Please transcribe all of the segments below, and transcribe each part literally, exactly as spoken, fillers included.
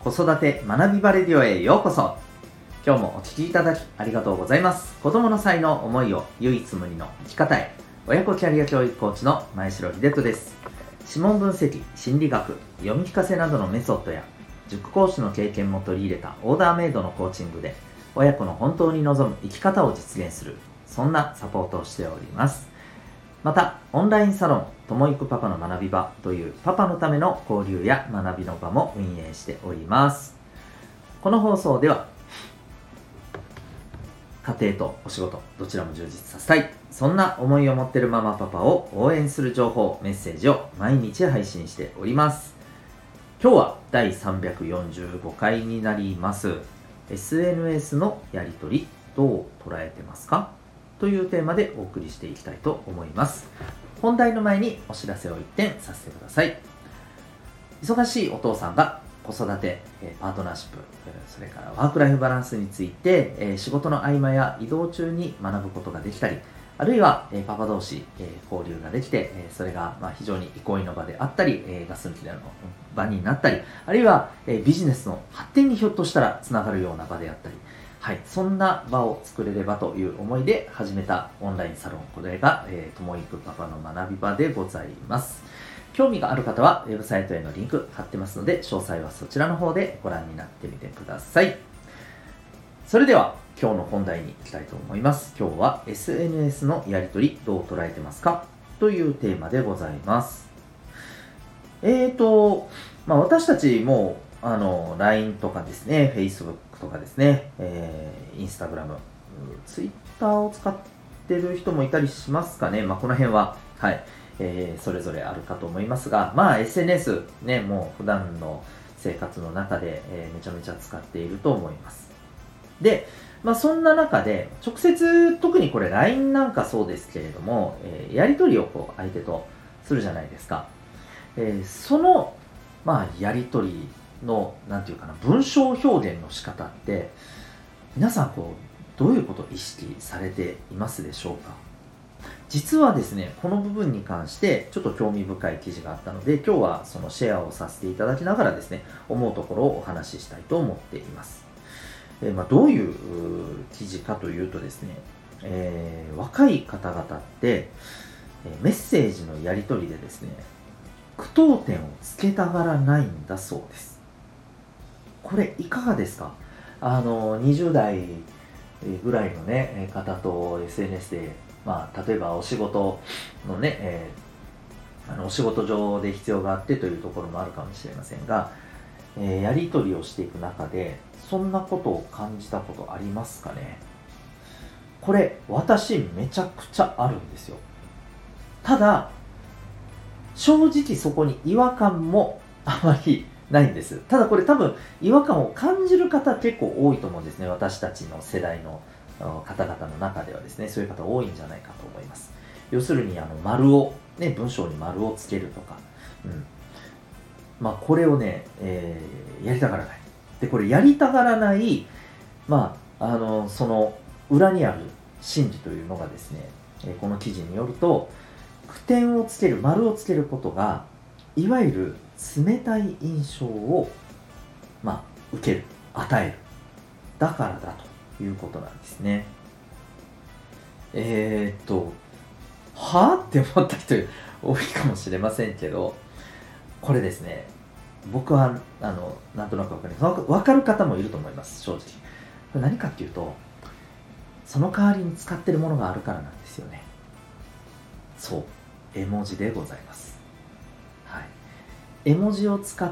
子育て学びバレディオへようこそ。今日もお聞きいただきありがとうございます。子供の才能、思いを唯一無二の生き方へ。親子キャリア教育コーチの前城秀人です。指紋分析、心理学、読み聞かせなどのメソッドや塾講師の経験も取り入れたオーダーメイドのコーチングで親子の本当に望む生き方を実現する、そんなサポートをしております。またオンラインサロンともいくパパの学び場というパパのための交流や学びの場も運営しております。この放送では家庭とお仕事どちらも充実させたい、そんな思いを持っているママパパを応援する情報メッセージを毎日配信しております。今日はだいさんびゃくよんじゅうごかいになります。 エスエヌエス のやり取りどう捉えてますかというテーマでお送りしていきたいと思います。本題の前にお知らせを一点させてください。忙しいお父さんが子育て、パートナーシップ、それからワークライフバランスについて仕事の合間や移動中に学ぶことができたり、あるいはパパ同士交流ができて、それが非常に憩いの場であったり、ガス抜きでの場になったり、あるいはビジネスの発展にひょっとしたらつながるような場であったり、はい、そんな場を作れればという思いで始めたオンラインサロン、これが、えー、ともいくパパの学び場でございます。興味がある方はウェブサイトへのリンク貼ってますので、詳細はそちらの方でご覧になってみてください。それでは今日の本題に行きたいと思います。今日は エスエヌエス のやり取りどう捉えてますかというテーマでございます。えーと、まあ、私たちもあの ライン とかですね、Facebook とかですね、えー、Instagram、Twitter を使ってる人もいたりしますかね。まあ、この辺は、はい、えー、それぞれあるかと思いますが、まあ エスエヌエス ね、もう普段の生活の中で、えー、めちゃめちゃ使っていると思います。で、まあそんな中で、直接、特にこれ ライン なんかそうですけれども、えー、やり取りをこう相手とするじゃないですか。えー、その、まあやり取りの、なんていうかな、文章表現の仕方って、皆さんこう、どういうことを意識されていますでしょうか？実はですね、この部分に関してちょっと興味深い記事があったので、今日はそのシェアをさせていただきながらですね、思うところをお話ししたいと思っています。えーまあ、どういう記事かというとですね、えー、若い方々って、えー、メッセージのやり取りでですね、句読点をつけたがらないんだそうです。これいかがですか？あのにじゅう代ぐらいのね方と エスエヌエス で、まあ、例えばお仕事のね、えー、あのお仕事上で必要があってというところもあるかもしれませんが、えー、やり取りをしていく中でそんなことを感じたことありますかね？これ私めちゃくちゃあるんですよ。ただ正直そこに違和感もあまりないんです。ただこれ多分違和感を感じる方結構多いと思うんですね。私たちの世代の方々の中ではですね、そういう方多いんじゃないかと思います。要するにあの丸を、ね、文章に丸をつけるとか、うん、まあこれをね、えー、やりたがらない。で、これやりたがらない、まあ、あの、その裏にある心理というのがですね、この記事によると、句点をつける、丸をつけることが、いわゆる冷たい印象を、まあ、受ける、与える。だからだということなんですね。えー、っと、はぁって思った人多いかもしれませんけど、これですね、僕は、あの、なんとなくわかります。わかる方もいると思います、正直。これ何かっていうと、その代わりに使ってるものがあるからなんですよね。そう、絵文字でございます。はい。絵文字を使って、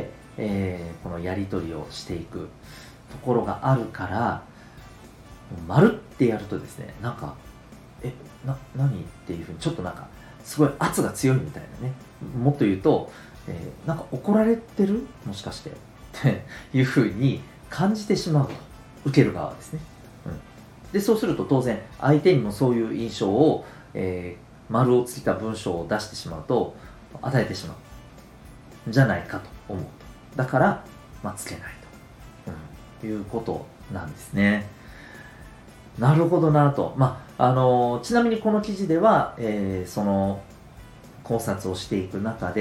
えー、このやり取りをしていくところがあるから、丸ってやるとですね、なんか、え、な、何っていうふうに、ちょっとなんか、すごい圧が強いみたいなね。もっと言うと、えー、なんか怒られてるもしかしてっていうふうに感じてしまうと。受ける側ですね。うん。で、そうすると当然、相手にもそういう印象を、えー、丸をつけた文章を出してしまうと、与えてしまう。じゃないかと思う。だから、まあ、つけないと、うん、いうことなんですね。なるほどなと。まあ、あの、ちなみにこの記事では、えー、その考察をしていく中で、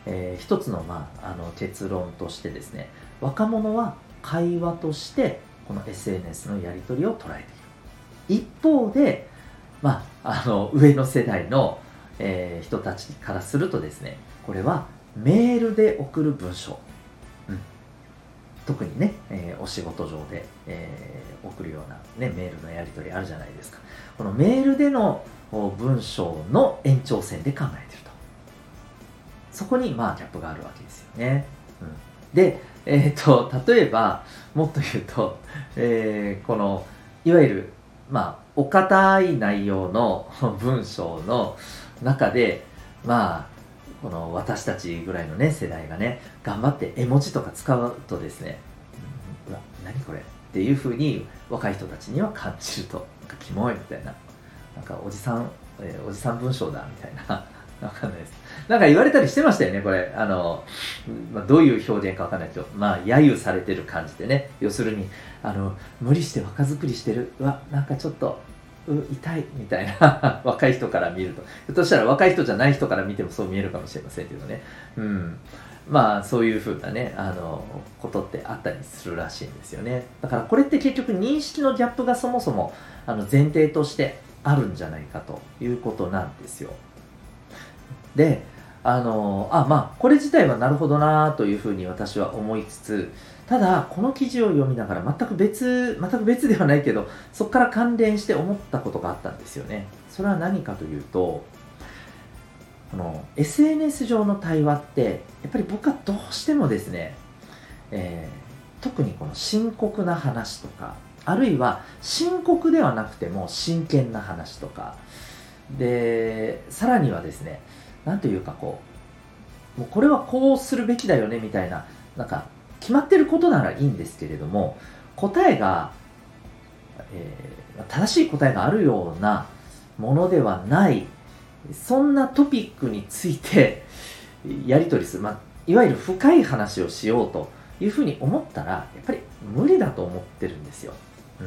えー一つの、まあ、あの結論としてですね、若者は会話としてこの エスエヌエス のやり取りを捉えている。一方で、まあ、あの上の世代の、えー人たちからするとですね、これはメールで送る文章、うん、特にね、えーお仕事上で、えー送るような、ね、メールのやり取りあるじゃないですか。このメールでのお文章の延長線で考えていると。そこにまあギャップがあるわけですよね。うん、で、えっと例えばもっと言うと、えーこのいわゆるまあお堅い内容の文章の中で、まあこの私たちぐらいのね世代がね頑張って絵文字とか使うとですね、うん、うわ何これっていう風に若い人たちには感じると、なんかキモいみたいな、なんかおじさん、えーおじさん文章だみたいなわかんないです。なんか言われたりしてましたよね、これ。あの、まあ、どういう表現かわかんないけど、まあ、揶揄されてる感じでね。要するに、あの、無理して若作りしてる。うわ、なんかちょっと、う痛いみたいな若い人から見ると。ひょっとしたら若い人じゃない人から見てもそう見えるかもしれませんけどね。うん。まあ、そういうふうなね、あの、ことってあったりするらしいんですよね。だからこれって結局認識のギャップがそもそも、あの、前提としてあるんじゃないかということなんですよ。で、あのあまあこれ自体はなるほどなというふうに私は思いつつ、ただこの記事を読みながら全く別全く別ではないけど、そこから関連して思ったことがあったんですよね。それは何かというと、この エスエヌエス 上の対話ってやっぱり僕はどうしてもですね、えー特にこの深刻な話とか、あるいは深刻ではなくても真剣な話とかで、さらにはですね、なんというかこう、もうこれはこうするべきだよねみたいな、なんか決まってることならいいんですけれども、答えが、えー正しい答えがあるようなものではない、そんなトピックについてやり取りする、まあ、いわゆる深い話をしようというふうに思ったら、やっぱり無理だと思ってるんですよ。うん、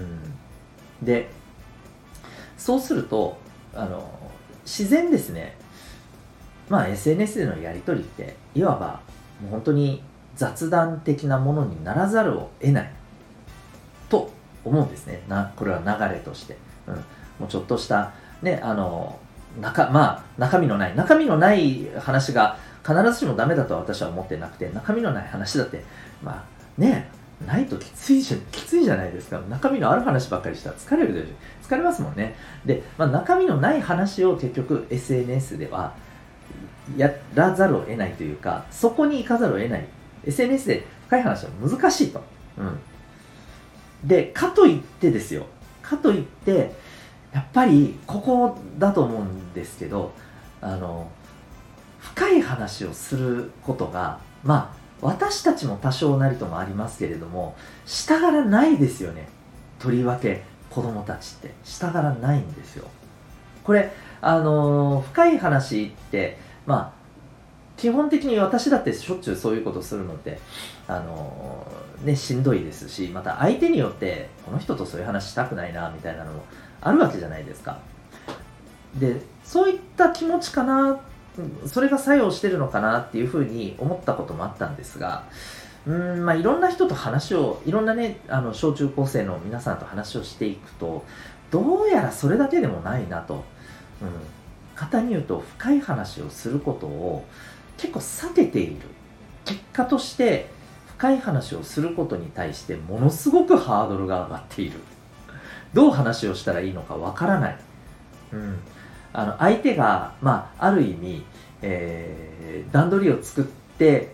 で、そうすると、あの、自然ですね、まあ エスエヌエス でのやり取りっていわばもう本当に雑談的なものにならざるを得ないと思うんですね。なこれは流れとして、うん、もうちょっとしたね、あの中まあ中身のない中身のない話が必ずしもダメだとは私は思ってなくて、中身のない話だってまあねないときついじゃきついじゃないですか。中身のある話ばっかりしたら疲れるでしょ。疲れますもんね。で、まあ、中身のない話を結局 エスエヌエス ではやらざるを得ないというか、そこに行かざるを得ない。 エスエヌエス で深い話は難しいと、うん、でかといってですよかといってやっぱりここだと思うんですけど、あの深い話をすることがまあ私たちも多少なりともありますけれども、したがらないですよね。とりわけ子供たちってしたがらないんですよ。これあの深い話ってまあ基本的に私だってしょっちゅうそういうことするので、あのね、しんどいですし、また相手によってこの人とそういう話したくないなみたいなのもあるわけじゃないですか。で、そういった気持ちかな、それが作用してるのかなっていうふうに思ったこともあったんですが、うーんまあいろんな人と話を、いろんなね、あの小中高生の皆さんと話をしていくと、どうやらそれだけでもないなと、うん、簡単に言うと深い話をすることを結構避けている結果として、深い話をすることに対してものすごくハードルが上がっている。どう話をしたらいいのかわからない、うん、あの相手が、まあ、ある意味、えー、段取りを作って、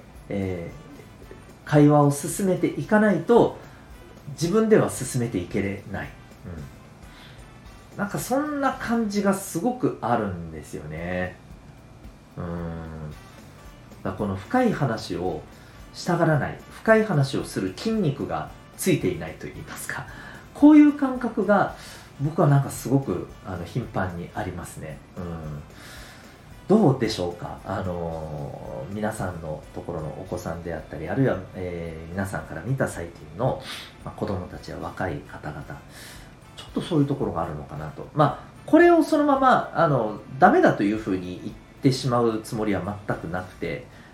えー、会話を進めていかないと自分では進めていけれない、うん、なんかそんな感じがすごくあるんですよね。うんだこの深い話をしたがらない、深い話をする筋肉がついていないといいますか、こういう感覚が僕はなんかすごくあの頻繁にありますね。うんどうでしょうか、あのー皆さんのところのお子さんであったり、あるいは、えー皆さんから見た最近の、まあ、子供たちや若い方々、ちょっとそういうところがあるのかなと。まあこれをそのままあのダメだというふうに言ってしまうつもりは全くなくて、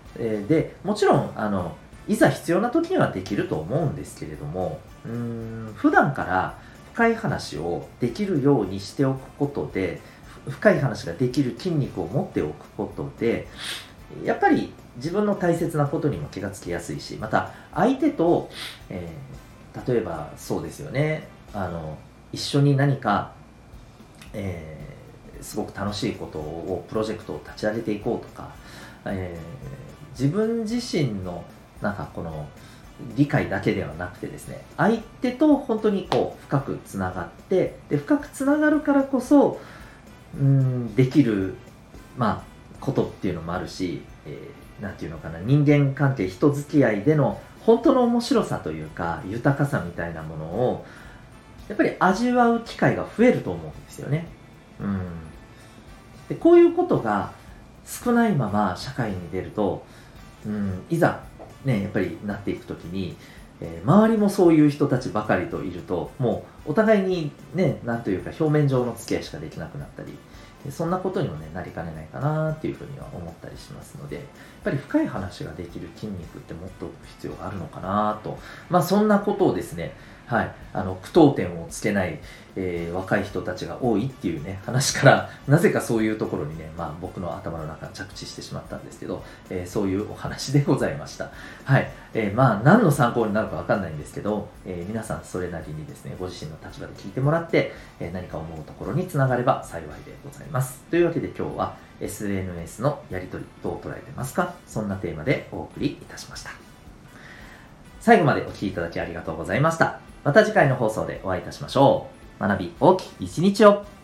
えー、でもちろんあのいざ必要な時にはできると思うんですけれども、うーん普段から深い話をできるようにしておくことで、深い話ができる筋肉を持っておくことで、やっぱり自分の大切なことにも気がつきやすいし、また相手と、えー、例えばそうですよね、あの一緒に何か、えー、すごく楽しいことをプロジェクトを立ち上げていこうとか、えー、自分自身のなんかこの理解だけではなくてですね、相手と本当にこう深くつながって、で深くつながるからこそうーんできる、まあ、ことっていうのもあるし、えー、なんていうのかな、人間関係、人付き合いでの本当の面白さというか豊かさみたいなものをやっぱり味わう機会が増えると思うんですよね。うん、でこういうことが少ないまま社会に出ると、うん、いざね、やっぱりなっていくときに、えー周りもそういう人たちばかりといると、もうお互いにね、なんというか表面上の付き合いしかできなくなったり、そんなことにもね、なりかねないかなっていうふうには思ったりしますので、やっぱり深い話ができる筋肉ってもっと必要があるのかなと。まあそんなことをですね、はい、あの句読点をつけない、えー若い人たちが多いっていうね、話から、なぜかそういうところにね、まあ僕の頭の中に着地してしまったんですけど、えーそういうお話でございました。はい。えーまあ何の参考になるかわかんないんですけど、えー皆さんそれなりにですね、ご自身の立場で聞いてもらって、えー何か思うところにつながれば幸いでございます。というわけで今日は エスエヌエス のやり取りどう捉えてますか？そんなテーマでお送りいたしました。最後までお聞きいただきありがとうございました。また次回の放送でお会いいたしましょう。学び大きい一日を。